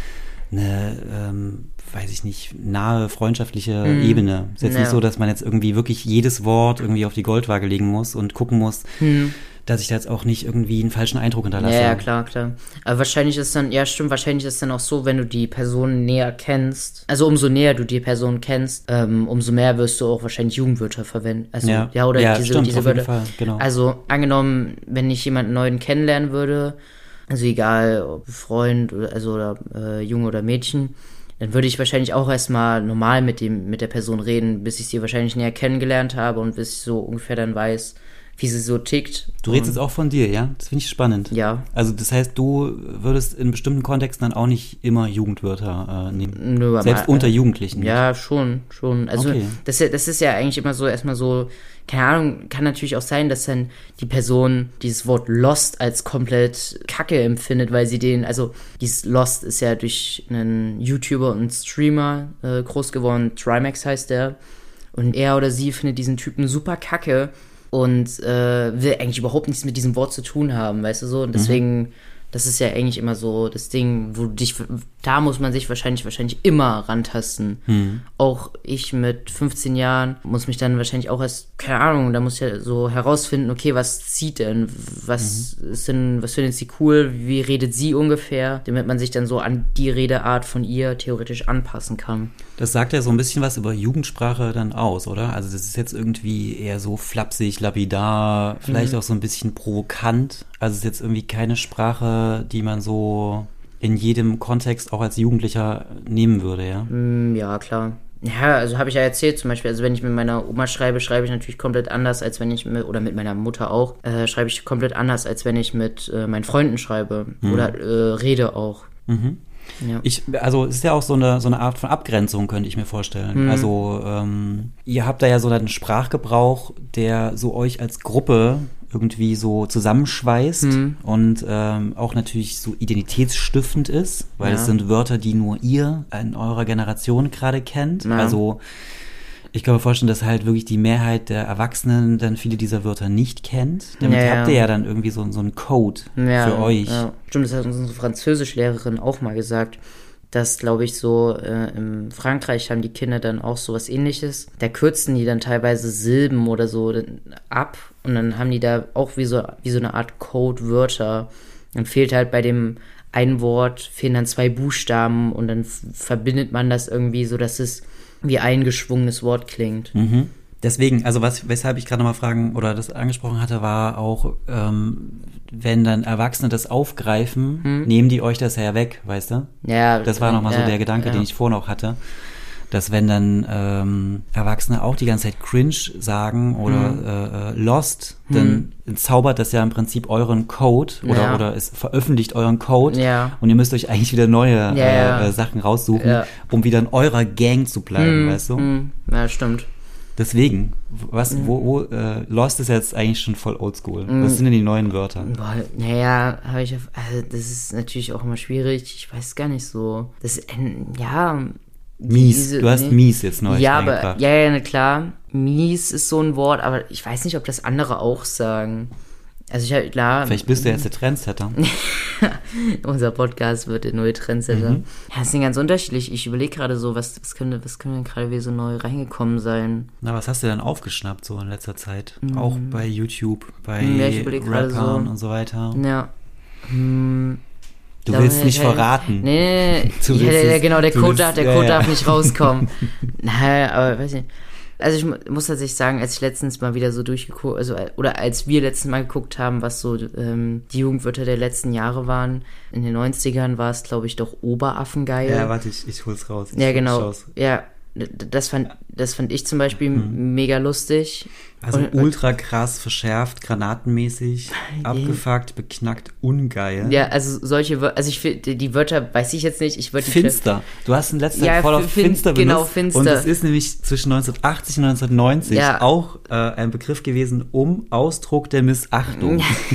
eine ähm, weiß ich nicht, nahe freundschaftliche Mhm. Ebene. Es ist jetzt Ja. nicht so, dass man jetzt irgendwie wirklich jedes Wort irgendwie auf die Goldwaage legen muss und gucken muss, Mhm. dass ich da jetzt auch nicht irgendwie einen falschen Eindruck hinterlasse. Ja, ja, klar, klar. Aber wahrscheinlich ist dann, ja stimmt, wahrscheinlich ist dann auch so, wenn du die Person näher kennst, also umso näher du die Person kennst, ähm, umso mehr wirst du auch wahrscheinlich Jugendwörter verwenden. Also, ja, Ja. oder Ja, diese, stimmt, diese auf jeden Wörter. Fall, genau. Also angenommen, wenn ich jemanden neuen kennenlernen würde, also egal, ob Freund oder, also oder äh, Junge oder Mädchen, dann würde ich wahrscheinlich auch erstmal normal mit dem, mit der Person reden, bis ich sie wahrscheinlich näher kennengelernt habe und bis ich so ungefähr dann weiß, wie sie so tickt. Du redest Und- jetzt auch von dir, ja? Das finde ich spannend. Ja. Also das heißt, du würdest in bestimmten Kontexten dann auch nicht immer Jugendwörter äh, nehmen. Nö, aber- Selbst unter Jugendlichen. Ja, schon, schon. Also Okay. das, ist ja- das ist ja eigentlich immer so, erstmal so, keine Ahnung, kann natürlich auch sein, dass dann die Person dieses Wort Lost als komplett Kacke empfindet, weil sie den, also dieses Lost ist ja durch einen YouTuber und Streamer äh, groß geworden, Trimax heißt der, und er oder sie findet diesen Typen super kacke und äh, will eigentlich überhaupt nichts mit diesem Wort zu tun haben, weißt du so, und deswegen, das ist ja eigentlich immer so das Ding, wo du dich, da muss man sich wahrscheinlich, wahrscheinlich immer rantasten. Mhm. Auch ich mit fünfzehn Jahren muss mich dann wahrscheinlich auch erst, keine Ahnung, da muss ich ja so herausfinden, okay, was zieht denn, was Mhm. ist denn, was findet sie cool, wie redet sie ungefähr, damit man sich dann so an die Redeart von ihr theoretisch anpassen kann. Das sagt ja so ein bisschen was über Jugendsprache dann aus, oder? Also das ist jetzt irgendwie eher so flapsig, lapidar, vielleicht Mhm. auch so ein bisschen provokant. Also es ist jetzt irgendwie keine Sprache, die man so in jedem Kontext auch als Jugendlicher nehmen würde, ja? Mm, ja, klar. Ja, also habe ich ja erzählt zum Beispiel, also wenn ich mit meiner Oma schreibe, schreibe ich natürlich komplett anders, als wenn ich mit, oder mit meiner Mutter auch, äh, schreibe ich komplett anders, als wenn ich mit äh, meinen Freunden schreibe oder äh, rede auch. Mhm. Ja. Ich, also es ist ja auch so eine, so eine Art von Abgrenzung, könnte ich mir vorstellen. Mhm. Also ähm, ihr habt da ja so einen Sprachgebrauch, der so euch als Gruppe irgendwie so zusammenschweißt Mhm. und ähm, auch natürlich so identitätsstiftend ist, weil Ja. es sind Wörter, die nur ihr in eurer Generation gerade kennt. Ja. Also ich kann mir vorstellen, dass halt wirklich die Mehrheit der Erwachsenen dann viele dieser Wörter nicht kennt. Damit Ja, ja. habt ihr ja dann irgendwie so, so einen Code Ja, für euch. Ja. Stimmt, das hat unsere Französischlehrerin auch mal gesagt, dass, glaube ich, so äh, in Frankreich haben die Kinder dann auch so was Ähnliches. Da kürzen die dann teilweise Silben oder so dann ab und dann haben die da auch wie so, wie so eine Art Codewörter. Dann fehlt halt bei dem ein Wort, fehlen dann zwei Buchstaben und dann f- verbindet man das irgendwie so, dass es wie ein geschwungenes Wort klingt. Mhm. Deswegen, also was, weshalb ich gerade nochmal fragen oder das angesprochen hatte, war auch, ähm, wenn dann Erwachsene das aufgreifen, Hm. nehmen die euch das ja weg, weißt du? Ja, Das war nochmal ja, so der Gedanke, ja. den ich vorhin auch hatte, dass wenn dann ähm, Erwachsene auch die ganze Zeit cringe sagen oder Hm. äh, äh, lost, dann zaubert das ja im Prinzip euren Code oder, Ja. oder es veröffentlicht euren Code Ja. und ihr müsst euch eigentlich wieder neue Ja, ja. Äh, äh, Sachen raussuchen, Ja. um wieder in eurer Gang zu bleiben, Hm, weißt du? hm. Ja, stimmt. Deswegen, was, wo, wo, äh, Lost ist jetzt eigentlich schon voll oldschool. Was sind denn die neuen Wörter? Boah, naja, habe ich, auf- also das ist natürlich auch immer schwierig. Ich weiß gar nicht so. Das ist ein, ja. Mies. diese- Du hast nee. mies jetzt neu Ja, aber, reingebracht. ja, ja, na klar. Mies ist so ein Wort, aber ich weiß nicht, ob das andere auch sagen. Also ich halt, klar. Vielleicht bist du jetzt der Trendsetter. Unser Podcast wird der neue Trendsetter. Mhm. Ja, es sind ganz unterschiedlich. Ich überlege gerade so, was, was könnte, was könnte denn gerade wieder so neu reingekommen sein? Na, was hast du denn aufgeschnappt so in letzter Zeit? Auch bei YouTube, bei Mhm. Ja, ich überleg gerade Rappern so. und so weiter. Ja. Hm. Du Da- willst nicht ja, verraten. Nee, nee, Du ja, willst ja, es- genau, der du Code, willst- darf, der ja, Code ja. darf nicht rauskommen. Naja, aber weiß nicht. Also ich mu- muss tatsächlich sagen, als ich letztens mal wieder so durchgeguckt, also oder als wir letztens mal geguckt haben, was so ähm, die Jugendwörter der letzten Jahre waren, in den neunzigern war es, glaube ich, doch Oberaffengeil. Ja, warte, ich, ich hol's raus. Ich Ja, genau. schau's. Ja, d- das fand, das fand ich zum Beispiel mhm. mega lustig. Also und, ultra krass verschärft, granatenmäßig, nee. abgefuckt, beknackt, ungeil. Ja, also solche Wörter, also ich finde, die Wörter weiß ich jetzt nicht. Ich die Finster. Du hast in letzter Zeit ja, voll auf fin- Finster benutzt. Genau, Finster. Und es ist nämlich zwischen neunzehnhundertachtzig und neunzehnhundertneunzig ja. auch äh, ein Begriff gewesen, um Ausdruck der Missachtung.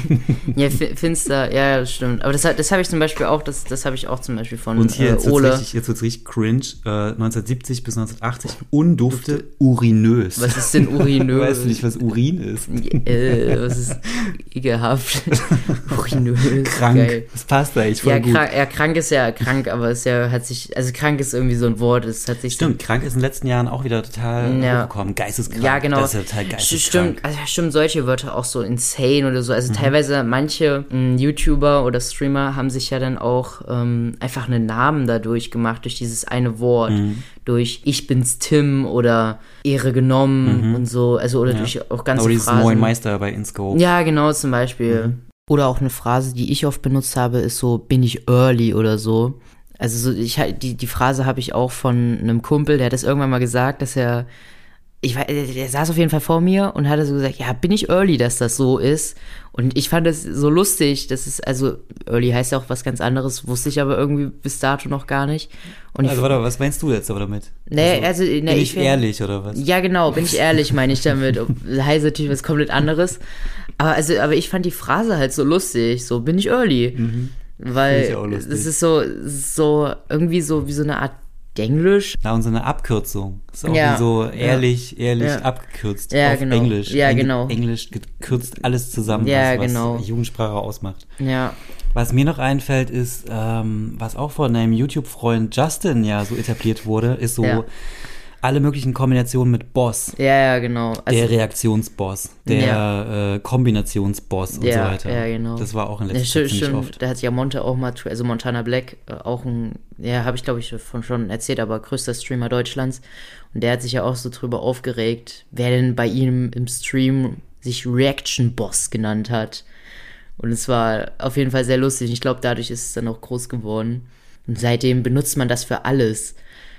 Ja, f- Finster, ja, das stimmt. Aber das, das habe ich zum Beispiel auch, das, das habe ich auch zum Beispiel von und hier, äh, jetzt Ole. Wird's richtig, jetzt wird es richtig cringe. Äh, neunzehnhundertsiebzig bis neunzehnhundertachtzig, Undufte, urinös. Was ist denn urinös? Weißt du nicht, was Urin ist? äh, was ist ekelhaft. Urinös. Krank. Geil. Das passt eigentlich voll ja, gut. Krank, ja, krank ist ja krank, aber es ja, hat sich, also krank ist irgendwie so ein Wort, es hat sich Stimmt, so, krank ist in den letzten Jahren auch wieder total ja. hochgekommen. Geisteskrank. Ja, genau. Das ist ja total geisteskrank. Stimmt, also stimmt, solche Wörter auch so insane oder so. Also mhm. teilweise manche mh, YouTuber oder Streamer haben sich ja dann auch ähm, einfach einen Namen dadurch gemacht, durch dieses eine Wort. Mhm. Durch Ich bin's Tim oder Ehre genommen mhm. und so. Also oder ja. durch auch ganze oder dieses Phrasen. Moin Meister bei InScope. Ja, genau, zum Beispiel. Mhm. Oder auch eine Phrase, die ich oft benutzt habe, ist so, bin ich early oder so. Also so, ich die, die Phrase habe ich auch von einem Kumpel, der hat das irgendwann mal gesagt, dass er, ich weiß, der saß auf jeden Fall vor mir und hat so gesagt, ja, bin ich early, dass das so ist. Und ich fand das so lustig, das ist, also early heißt ja auch was ganz anderes, wusste ich aber irgendwie bis dato noch gar nicht. Und also ich, warte, was meinst du jetzt aber damit? Nee, also, also nee, bin ich, ich find, ehrlich oder was? Ja, genau, bin ich ehrlich, meine ich damit. Heißt natürlich was komplett anderes. Aber also, aber ich fand die Phrase halt so lustig, so bin ich early. Mhm. Weil es ist so, so irgendwie so wie so eine Art Englisch. Na, und so eine Abkürzung. Ist auch ja. so ehrlich, ja. ehrlich ja. abgekürzt ja, auf genau. Englisch. Ja, Eng- genau. Englisch gekürzt alles zusammen, ja, was, genau. was Jugendsprache ausmacht. Ja. Was mir noch einfällt, ist, ähm, was auch von einem YouTube-Freund Justin ja so etabliert wurde, ist so ja. alle möglichen Kombinationen mit Boss. Ja, ja, genau. Also, der Reaktionsboss, der ja. äh, Kombinationsboss und ja, so weiter. Ja, genau. Das war auch in letzter ja, Zeit ziemlich stimmt. oft. Da hat ja Monte auch mal, also Montana Black, äh, auch ein, ja, habe ich glaube ich von schon erzählt, aber größter Streamer Deutschlands. Und der hat sich ja auch so drüber aufgeregt, wer denn bei ihm im Stream sich Reaction Boss genannt hat. Und es war auf jeden Fall sehr lustig. Ich glaube, dadurch ist es dann auch groß geworden. Und seitdem benutzt man das für alles.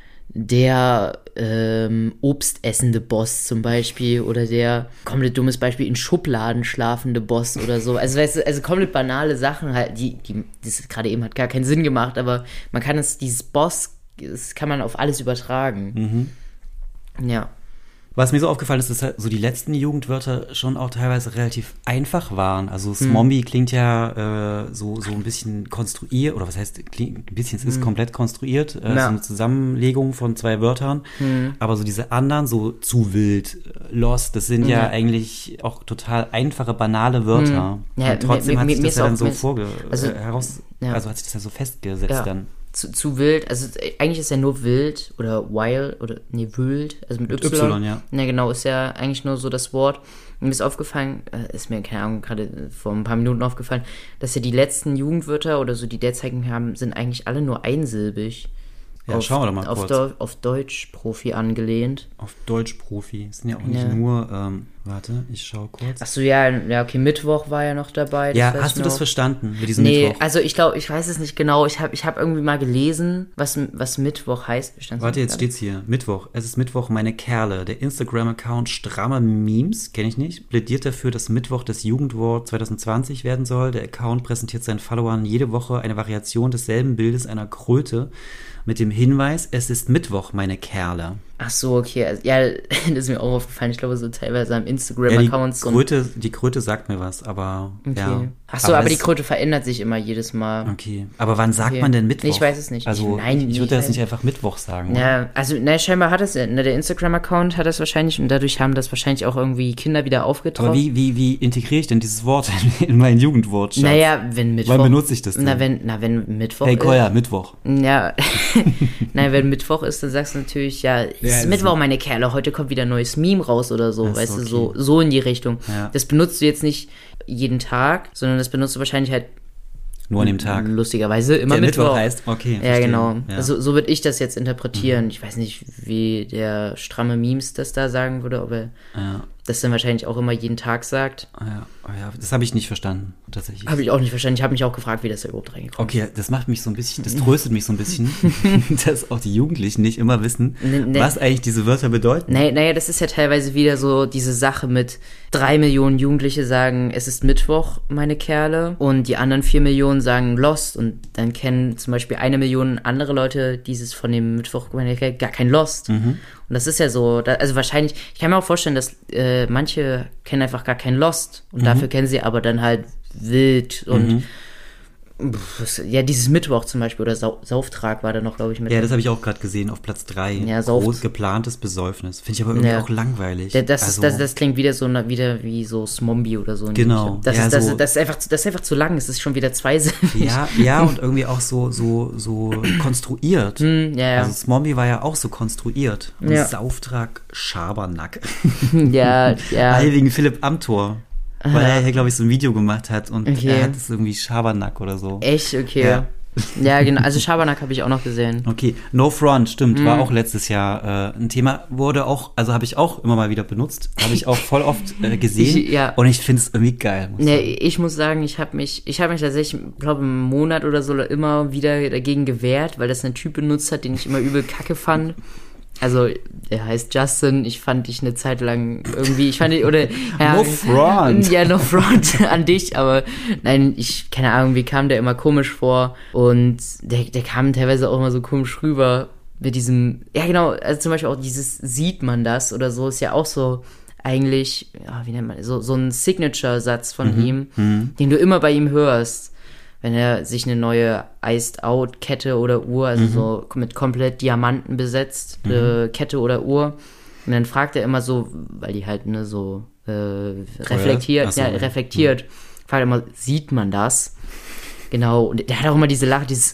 Der ähm, obstessende Boss zum Beispiel oder der, komplett dummes Beispiel, in Schubladen schlafende Boss oder so. Also, weißt du, also komplett banale Sachen halt, die, die das gerade eben hat gar keinen Sinn gemacht, aber man kann es, dieses Boss, das kann man auf alles übertragen. Mhm. Ja. Was mir so aufgefallen ist, dass halt so die letzten Jugendwörter schon auch teilweise relativ einfach waren. Also Smombie hm. klingt ja äh, so, so ein bisschen konstruiert, oder was heißt, klingt, ein bisschen, es ist hm. komplett konstruiert, äh, ja. so eine Zusammenlegung von zwei Wörtern. Hm. Aber so diese anderen, so zu wild, lost, das sind hm. ja eigentlich auch total einfache, banale Wörter. Hm. Ja, und trotzdem mir, hat sich mir, das ja dann so vorge... Also, äh, heraus, ja. also hat sich das ja so festgesetzt ja. dann. Zu, zu wild, also eigentlich ist ja nur wild oder wild oder nee, wild, also mit, mit Y. Y, ja. Ja, genau, ist ja eigentlich nur so das Wort. Und mir ist aufgefallen, äh, ist mir, keine Ahnung, gerade vor ein paar Minuten aufgefallen, dass ja die letzten Jugendwörter oder so, die derzeitigen haben, sind eigentlich alle nur einsilbig. Ja, auf, schauen wir doch mal auf kurz. Deu- auf Deutsch-Profi angelehnt. Auf Deutsch-Profi. Es sind ja auch nicht ja. nur, ähm, warte, ich schau kurz. Achso, ja, ja, okay, Mittwoch war ja noch dabei. Ja, hast du noch. das verstanden mit diesem nee, Mittwoch? Also ich glaube, ich weiß es nicht genau. Ich habe ich hab irgendwie mal gelesen, was, was Mittwoch heißt. Warte, jetzt steht's hier. Mittwoch. Es ist Mittwoch, meine Kerle. Der Instagram-Account Stramme Memes, kenne ich nicht, plädiert dafür, dass Mittwoch das Jugendwort zwanzig zwanzig werden soll. Der Account präsentiert seinen Followern jede Woche eine Variation desselben Bildes einer Kröte mit dem Hinweis, es ist Mittwoch, meine Kerle. Ach so, okay. Also, ja, das ist mir auch aufgefallen. Ich glaube, so teilweise am Instagram-Account. Ja, die, Kröte, die Kröte sagt mir was, aber okay. ja. Ach so, aber, aber die Kröte verändert sich immer jedes Mal. Okay, aber wann sagt okay. man denn Mittwoch? Ich weiß es nicht. Also, ich, nein, ich würde das nicht einfach Mittwoch sagen. Ja, oder? Also, ne, scheinbar hat es, ne, der Instagram-Account hat das wahrscheinlich und dadurch haben das wahrscheinlich auch irgendwie Kinder wieder aufgetroffen. Aber wie, wie, wie integriere ich denn dieses Wort in meinen Jugendwortschatz? Naja, wenn Mittwoch. Wann benutze ich das denn? Na, wenn, na, wenn Mittwoch Hey, Koya, Mittwoch. Ja, nein, wenn Mittwoch ist, dann sagst du natürlich, ja, es ja, ist Mittwoch, meine Kerle, heute kommt wieder ein neues Meme raus oder so, weißt okay. du, so, so in die Richtung. Ja. Das benutzt du jetzt nicht jeden Tag, sondern das benutzt du wahrscheinlich halt nur an dem Tag. Lustigerweise immer der Mittwoch. Mittwoch heißt, okay. Ja, verstehe. genau. Ja. Also so würde ich das jetzt interpretieren. Mhm. Ich weiß nicht, wie der stramme Memes das da sagen würde, ob er ja. das dann wahrscheinlich auch immer jeden Tag sagt. Ja, ja das habe ich nicht verstanden, tatsächlich. Habe ich auch nicht verstanden. Ich habe mich auch gefragt, wie das da überhaupt reingekommen ist. Okay, das macht mich so ein bisschen, das tröstet mich so ein bisschen, dass auch die Jugendlichen nicht immer wissen, nee, nee. was eigentlich diese Wörter bedeuten. Naja, naja, das ist ja teilweise wieder so diese Sache mit drei Millionen Jugendliche sagen, es ist Mittwoch, meine Kerle, und die anderen vier Millionen sagen Lost, und dann kennen zum Beispiel eine Million andere Leute dieses von dem Mittwoch, meine Kerle, gar kein Lost. Mhm. Und das ist ja so, da, also wahrscheinlich, ich kann mir auch vorstellen, dass äh, manche kennen einfach gar kein Lost und mhm. dafür kennen sie aber dann halt Wild und mhm. pff, ja, dieses Mittwoch zum Beispiel oder Sau- Sauftrag war da noch, glaube ich, mit. Ja, das habe ich auch gerade gesehen auf Platz drei. Ja, Sauf- Groß geplantes Besäufnis. Finde ich aber irgendwie ja. auch langweilig. Das, das, also, das, das klingt wieder so wieder wie so Smombie oder so. Genau. Das, ja, ist, das, so, ist, das, ist einfach, das ist einfach zu lang, es ist schon wieder zweisilbig. Ja, ja, und irgendwie auch so, so, so konstruiert. Mm, ja, ja. Also Smombie war ja auch so konstruiert. Und ja. Sauftrag Schabernack. Ja, ja. Heiligen Philipp Amthor. Weil er ja, glaube ich, so ein Video gemacht hat und okay. er hat es irgendwie Schabernack oder so. Echt? Okay. Ja, ja genau. Also Schabernack habe ich auch noch gesehen. Okay. No Front, stimmt. Mm. War auch letztes Jahr äh, ein Thema. Wurde auch, also habe ich auch immer mal wieder benutzt. Habe ich auch voll oft äh, gesehen. Ich, ja. Und ich finde es irgendwie geil. Muss nee, ich muss sagen, ich habe mich, ich habe mich tatsächlich, glaube einen Monat oder so immer wieder dagegen gewehrt, weil das ein Typ benutzt hat, den ich immer übel kacke fand. Also, er heißt Justin, ich fand dich eine Zeit lang irgendwie, ich fand dich, oder... Ja, no front! Ja, no front an dich, aber nein, ich, keine Ahnung, wie kam der immer komisch vor und der, der kam teilweise auch immer so komisch rüber mit diesem, ja genau, also zum Beispiel auch dieses, sieht man das oder so, ist ja auch so eigentlich, ja, wie nennt man, so, so ein Signature-Satz von mhm. ihm, mhm. den du immer bei ihm hörst. Wenn er sich eine neue Iced-Out-Kette oder Uhr, also mhm. so mit komplett Diamanten besetzt, mhm. äh, Kette oder Uhr, und dann fragt er immer so, weil die halt ne, so äh, reflektiert, so, ja, reflektiert, mhm. fragt er immer, sieht man das? Genau, und der hat auch immer diese Lache, dieses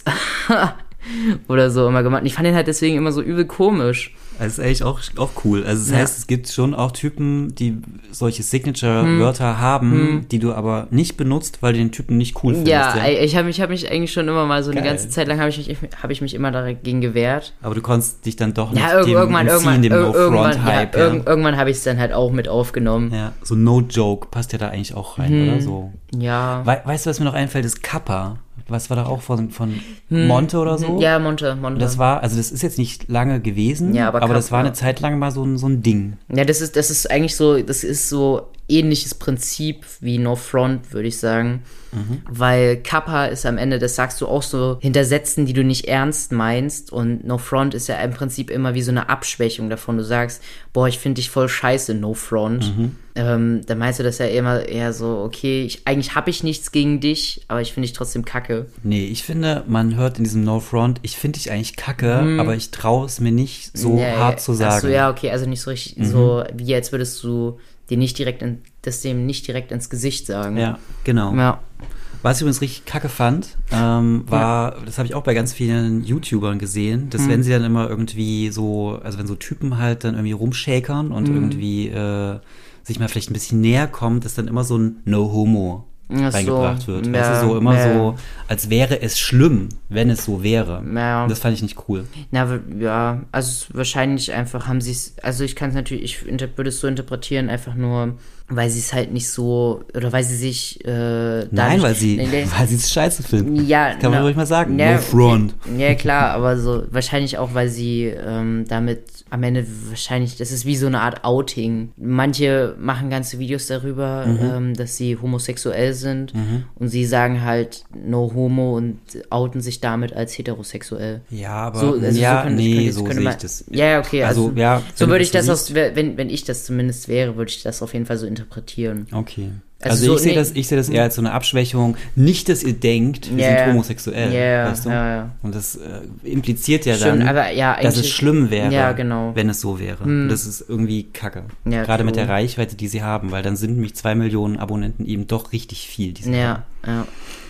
oder so immer gemacht. Und ich fand den halt deswegen immer so übel komisch. Das ist eigentlich auch, auch cool. Also das ja. heißt, es gibt schon auch Typen, die solche Signature-Wörter hm. haben, hm. die du aber nicht benutzt, weil du den Typen nicht cool findest. Ja, ja. ich habe mich, hab mich eigentlich schon immer mal so Geil. Eine ganze Zeit lang habe ich, mich, hab ich mich immer dagegen gewehrt. Aber du konntest dich dann doch nicht ja, dem irgendwann, entziehen, irgendwann, dem No-Front-Hype. Ja, ja. Irg- irgendwann habe ich es dann halt auch mit aufgenommen. Ja, so No-Joke passt ja da eigentlich auch rein, hm. oder so? Ja. We- weißt du, was mir noch einfällt, ist Kappa. Was war da auch von, von hm. Monte oder so? Ja, Monte, Monte. Das war, also das ist jetzt nicht lange gewesen, ja, aber, aber Kappa. Das war eine Zeit lang mal so ein, so ein Ding. Ja, das ist, das ist eigentlich so, das ist so ähnliches Prinzip wie No Front, würde ich sagen. Mhm. Weil Kappa ist am Ende, das sagst du auch so hinter Sätzen, die du nicht ernst meinst, und No Front ist ja im Prinzip immer wie so eine Abschwächung davon. Du sagst, boah, ich finde dich voll scheiße, No Front. Mhm. Ähm, dann meinst du das ja immer eher so, okay, ich, eigentlich habe ich nichts gegen dich, aber ich finde dich trotzdem kacke. Nee, ich finde, man hört in diesem No Front, ich finde dich eigentlich kacke, mhm. aber ich traue es mir nicht so nee, hart zu sagen. Achso, ja, okay, also nicht so richtig, mhm. so wie als würdest du dir nicht direkt in, das dem nicht direkt ins Gesicht sagen. Ja, genau. Ja. Was ich übrigens richtig kacke fand, ähm, war, ja. das habe ich auch bei ganz vielen YouTubern gesehen, dass mhm. wenn sie dann immer irgendwie so, also wenn so Typen halt dann irgendwie rumshakern und mhm. irgendwie äh, sich mal vielleicht ein bisschen näher kommt, dass dann immer so ein No-Homo Ach reingebracht so. wird. Ja, weißt du, so immer ja. so, als wäre es schlimm, wenn es so wäre. Ja. Und das fand ich nicht cool. Na, ja, also wahrscheinlich einfach haben sie es, also ich kann es natürlich, ich inter- würde es so interpretieren, einfach nur, weil sie es halt nicht so, oder weil sie sich äh, Nein, weil sie nee, weil sie es scheiße finden. Ja, das kann man na, ruhig mal sagen. Ja, no front. Ja, klar, aber so wahrscheinlich auch, weil sie ähm, damit am Ende wahrscheinlich, das ist wie so eine Art Outing. Manche machen ganze Videos darüber, mhm. ähm, dass sie homosexuell sind mhm. und sie sagen halt no homo und outen sich damit als heterosexuell. Ja, aber so, also ja, so kann, nee, könnte, so könnte sehe man, ich das. Ja, okay, also, also ja, so würde ich das, so aus, wenn, wenn ich das zumindest wäre, würde ich das auf jeden Fall so interpretieren. Okay. Also, also so, ich sehe nee, das, ich sehe das eher als so eine Abschwächung. Nicht, dass ihr denkt, wir yeah, sind homosexuell, yeah, weißt du? Ja, ja. Und das äh, impliziert ja Stimmt, dann, aber, ja, dass es schlimm wäre, ja, genau. wenn es so wäre. Hm. Und das ist irgendwie kacke. Ja, Gerade true. mit der Reichweite, die sie haben, weil dann sind nämlich zwei Millionen Abonnenten eben doch richtig viel. Die ja, ja.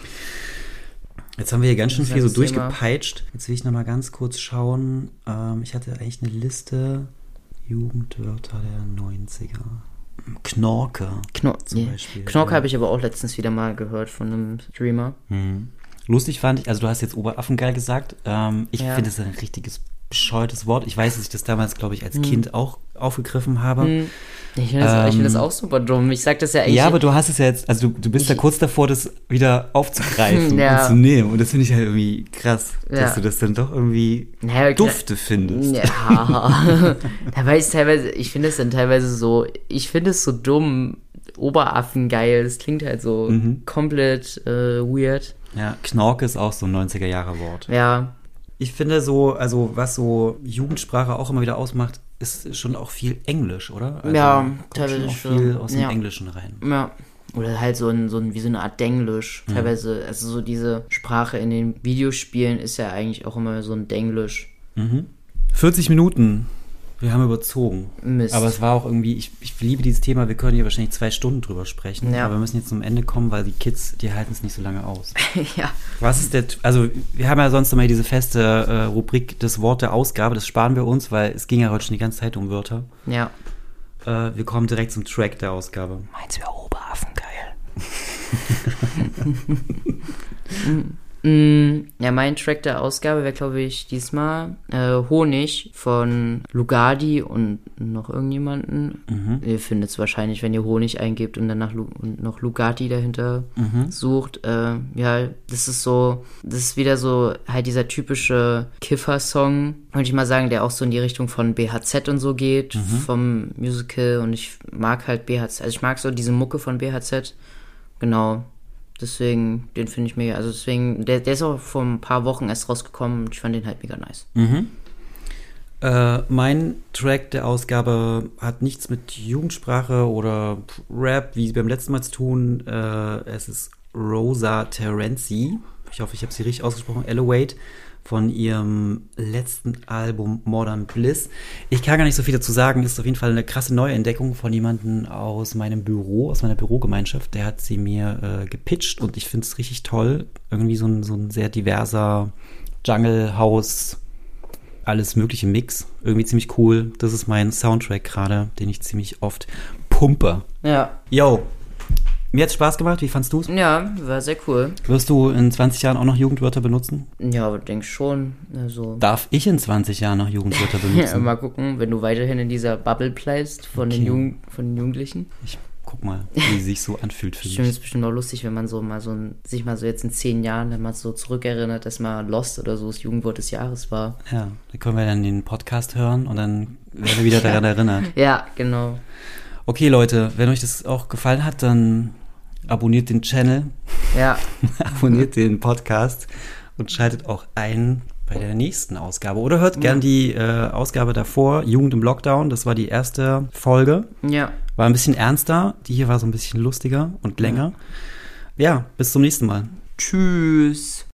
Jetzt haben wir hier ganz schön viel so Thema. durchgepeitscht. Jetzt will ich nochmal ganz kurz schauen. Ähm, ich hatte eigentlich eine Liste Jugendwörter der neunziger. Knorke. Knor- zum yeah. Beispiel. Knorke ja. habe ich aber auch letztens wieder mal gehört von einem Streamer. Hm. Lustig fand ich, also du hast jetzt Oberaffengeil gesagt. Ähm, ich ja. finde es ein richtiges bescheuertes Wort. Ich weiß, dass ich das damals, glaube ich, als hm. Kind auch aufgegriffen habe. Hm. Ich finde das, Ähm, ich find das auch super dumm. Ich sag das ja eigentlich. Ja, aber du hast es ja jetzt, also du, du bist ja kurz davor, das wieder aufzugreifen Ja. und zu nehmen. Und das finde ich halt irgendwie krass, Ja. dass du das dann doch irgendwie Naja, dufte findest. Ja. Dabei ist teilweise, ich finde es dann teilweise so, ich finde es so dumm, Oberaffen geil. Das klingt halt so Mhm. komplett äh, weird. Ja, Knorke ist auch so ein neunziger-Jahre-Wort. Ja. Ich finde so, also was so Jugendsprache auch immer wieder ausmacht, ist schon auch viel Englisch, oder? Also Ja, kommt teilweise schon auch schon. viel aus dem Ja. Englischen rein. Ja. Oder halt so ein, so ein, wie so eine Art Denglisch. Mhm. Teilweise, also so diese Sprache in den Videospielen ist ja eigentlich auch immer so ein Denglisch. Mhm. vierzig Minuten. Wir haben überzogen. Mist. Aber es war auch irgendwie, ich, ich liebe dieses Thema, wir können hier wahrscheinlich zwei Stunden drüber sprechen. Ja. Aber wir müssen jetzt zum Ende kommen, weil die Kids, die halten es nicht so lange aus. Ja. Was ist der, also wir haben ja sonst immer diese feste äh, Rubrik, das Wort der Ausgabe, das sparen wir uns, weil es ging ja heute schon die ganze Zeit um Wörter. Ja. Äh, wir kommen direkt zum Track der Ausgabe. Meins wäre Oberaffen geil. Mm, ja, mein Track der Ausgabe wäre, glaube ich, diesmal äh, Honig von Lugardi und noch irgendjemanden. Mhm. Ihr findet es wahrscheinlich, wenn ihr Honig eingebt und dann nach Lu- und noch Lugardi dahinter Mhm. sucht. Äh, ja, das ist so, das ist wieder so halt dieser typische Kiffer-Song, würde ich mal sagen, der auch so in die Richtung von B H Z und so geht, Mhm. vom Musical, und ich mag halt B H Z, also ich mag so diese Mucke von B H Z, genau. Deswegen, den finde ich mega, also deswegen, der, der ist auch vor ein paar Wochen erst rausgekommen und ich fand den halt mega nice. Mhm. Äh, mein Track der Ausgabe hat nichts mit Jugendsprache oder Rap, wie beim letzten Mal zu tun. Äh, es ist Rosa Terenzi. Ich hoffe, ich habe sie richtig ausgesprochen. Elevate von ihrem letzten Album Modern Bliss. Ich kann gar nicht so viel dazu sagen. Ist auf jeden Fall eine krasse Neuentdeckung von jemandem aus meinem Büro, aus meiner Bürogemeinschaft. Der hat sie mir äh, gepitcht und ich finde es richtig toll. Irgendwie so ein, so ein sehr diverser Jungle House, alles mögliche Mix. Irgendwie ziemlich cool. Das ist mein Soundtrack gerade, den ich ziemlich oft pumpe. Ja. Yo, mir hat's Spaß gemacht. Wie fandst du's? Ja, war sehr cool. Wirst du in zwanzig Jahren auch noch Jugendwörter benutzen? Ja, denk schon, also... Darf ich in zwanzig Jahren noch Jugendwörter Ja, benutzen? mal gucken, wenn du weiterhin in dieser Bubble bleibst von, Okay. den, Jugend, von den Jugendlichen. Ich guck mal, wie sie sich so anfühlt für Bestimmt mich. ist bestimmt auch lustig, wenn man so mal so ein, sich mal so jetzt in zehn Jahren, wenn man so zurückerinnert, dass mal Lost oder so das Jugendwort des Jahres war. Ja, da können wir dann den Podcast hören und dann werden wir wieder daran erinnert. Ja, genau. Okay, Leute, wenn euch das auch gefallen hat, dann abonniert den Channel, Ja, abonniert den Podcast und schaltet auch ein bei der nächsten Ausgabe. Oder hört gern die äh, Ausgabe davor, Jugend im Lockdown. Das war die erste Folge. ja. War ein bisschen ernster. Die hier war so ein bisschen lustiger und länger. Ja, bis zum nächsten Mal. Tschüss.